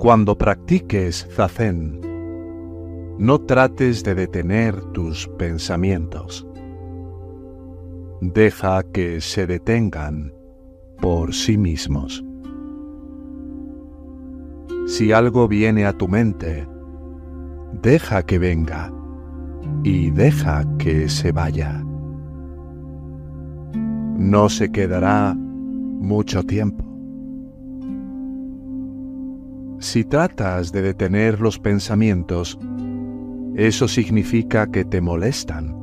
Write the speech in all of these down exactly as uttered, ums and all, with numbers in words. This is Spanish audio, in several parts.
Cuando practiques zazen, no trates de detener tus pensamientos. Deja que se detengan por sí mismos. Si algo viene a tu mente, deja que venga y deja que se vaya. No se quedará mucho tiempo. Si tratas de detener los pensamientos, eso significa que te molestan.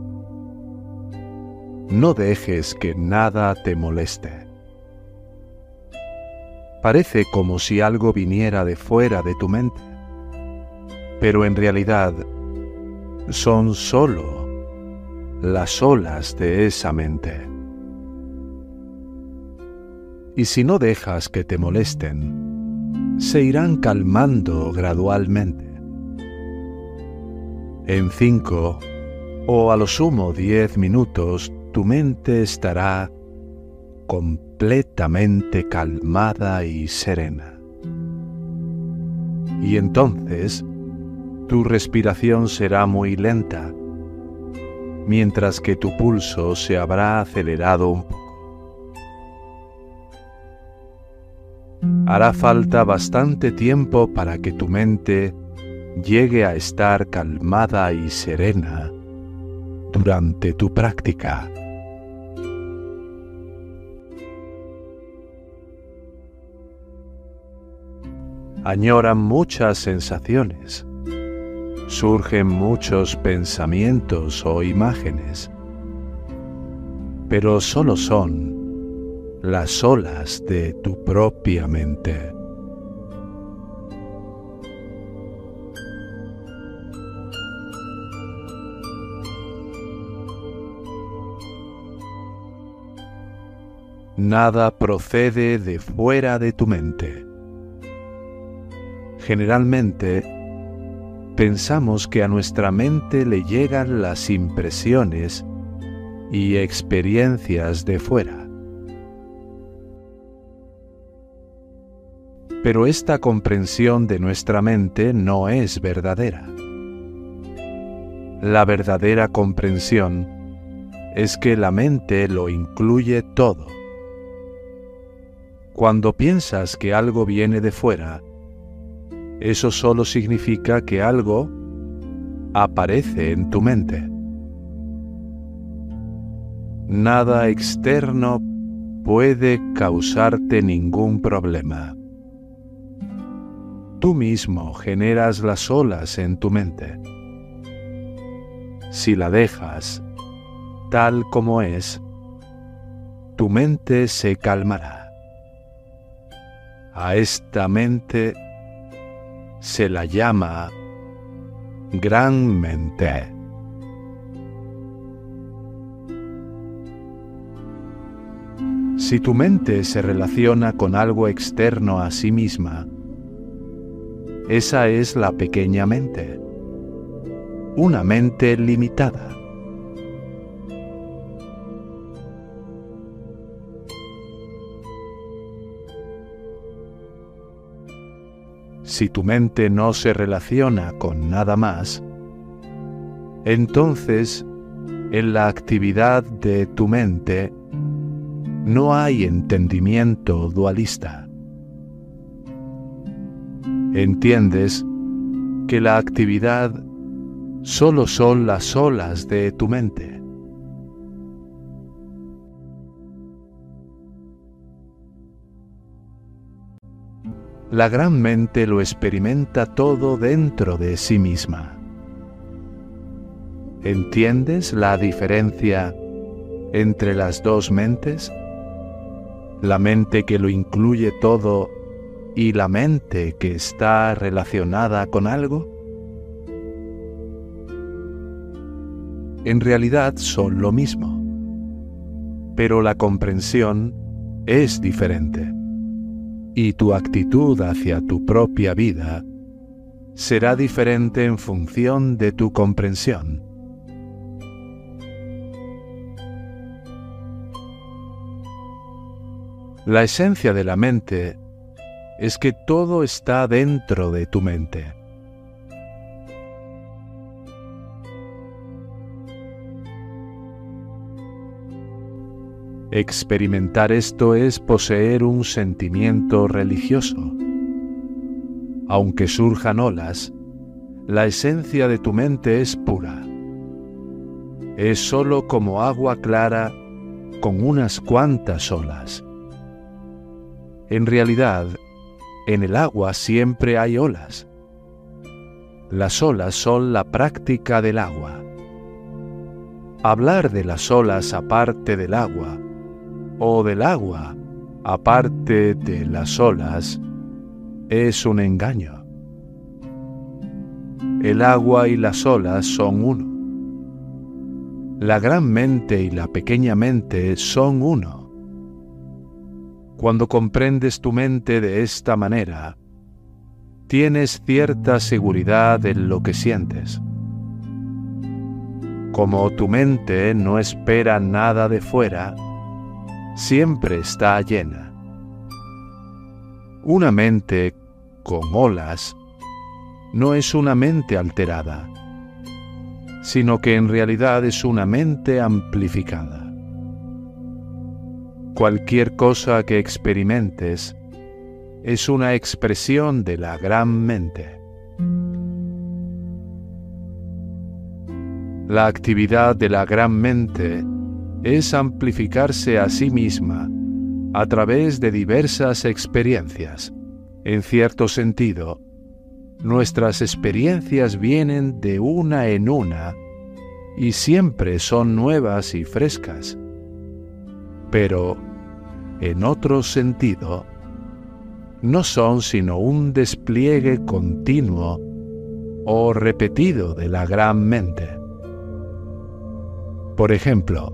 No dejes que nada te moleste. Parece como si algo viniera de fuera de tu mente, pero en realidad son solo las olas de esa mente. Y si no dejas que te molesten, se irán calmando gradualmente. En cinco o a lo sumo diez minutos, tu mente estará completamente calmada y serena. Y entonces, tu respiración será muy lenta, mientras que tu pulso se habrá acelerado un poco. Hará falta bastante tiempo para que tu mente llegue a estar calmada y serena durante tu práctica. Añoran muchas sensaciones, surgen muchos pensamientos o imágenes, pero solo son las olas de tu propia mente. Nada procede de fuera de tu mente. Generalmente, pensamos que a nuestra mente le llegan las impresiones y experiencias de fuera. Pero esta comprensión de nuestra mente no es verdadera. La verdadera comprensión es que la mente lo incluye todo. Cuando piensas que algo viene de fuera, eso solo significa que algo aparece en tu mente. Nada externo puede causarte ningún problema. Tú mismo generas las olas en tu mente. Si la dejas tal como es, tu mente se calmará. A esta mente se la llama gran mente. Si tu mente se relaciona con algo externo a sí misma, esa es la pequeña mente, una mente limitada. Si tu mente no se relaciona con nada más, entonces en la actividad de tu mente no hay entendimiento dualista. Entiendes que la actividad solo son las olas de tu mente. La gran mente lo experimenta todo dentro de sí misma. ¿Entiendes la diferencia entre las dos mentes? La mente que lo incluye todo y la mente que está relacionada con algo. En realidad son lo mismo, pero la comprensión es diferente, y tu actitud hacia tu propia vida será diferente en función de tu comprensión. La esencia de la mente es que todo está dentro de tu mente. Experimentar esto es poseer un sentimiento religioso. Aunque surjan olas, la esencia de tu mente es pura. Es sólo como agua clara con unas cuantas olas. En realidad, en el agua siempre hay olas. Las olas son la práctica del agua. Hablar de las olas aparte del agua, o del agua aparte de las olas, es un engaño. El agua y las olas son uno. La gran mente y la pequeña mente son uno. Cuando comprendes tu mente de esta manera, tienes cierta seguridad en lo que sientes. Como tu mente no espera nada de fuera, siempre está llena. Una mente con olas no es una mente alterada, sino que en realidad es una mente amplificada. Cualquier cosa que experimentes es una expresión de la gran mente. La actividad de la gran mente es amplificarse a sí misma a través de diversas experiencias. En cierto sentido, nuestras experiencias vienen de una en una y siempre son nuevas y frescas. Pero, en otro sentido, no son sino un despliegue continuo o repetido de la gran mente. Por ejemplo,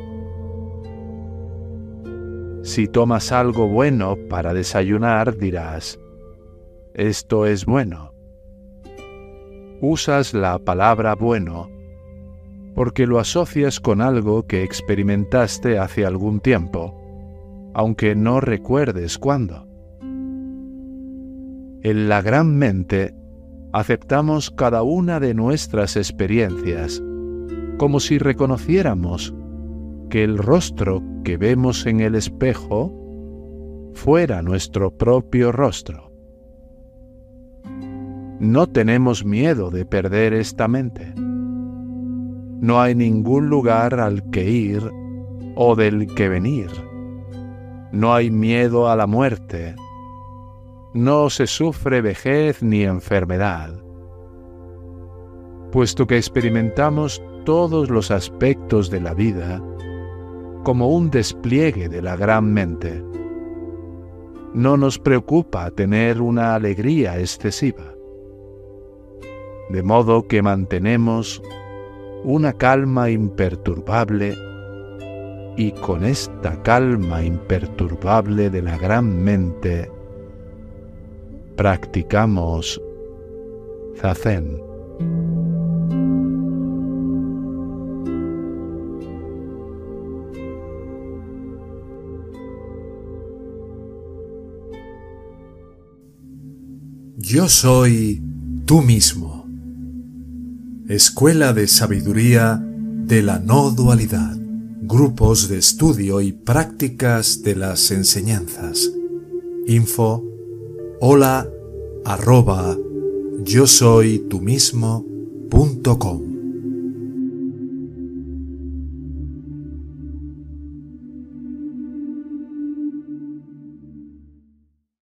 si tomas algo bueno para desayunar, dirás, esto es bueno. Usas la palabra bueno porque lo asocias con algo que experimentaste hace algún tiempo, aunque no recuerdes cuándo. En la gran mente, aceptamos cada una de nuestras experiencias como si reconociéramos que el rostro que vemos en el espejo fuera nuestro propio rostro. No tenemos miedo de perder esta mente. No hay ningún lugar al que ir o del que venir. No hay miedo a la muerte. No se sufre vejez ni enfermedad, puesto que experimentamos todos los aspectos de la vida como un despliegue de la gran mente. No nos preocupa tener una alegría excesiva, de modo que mantenemos una calma imperturbable y con esta calma imperturbable de la gran mente practicamos Zazen. Yo soy tú mismo. Escuela de Sabiduría de la No Dualidad. Grupos de estudio y prácticas de las enseñanzas. Info hola arroba yo soy tú mismo punto com.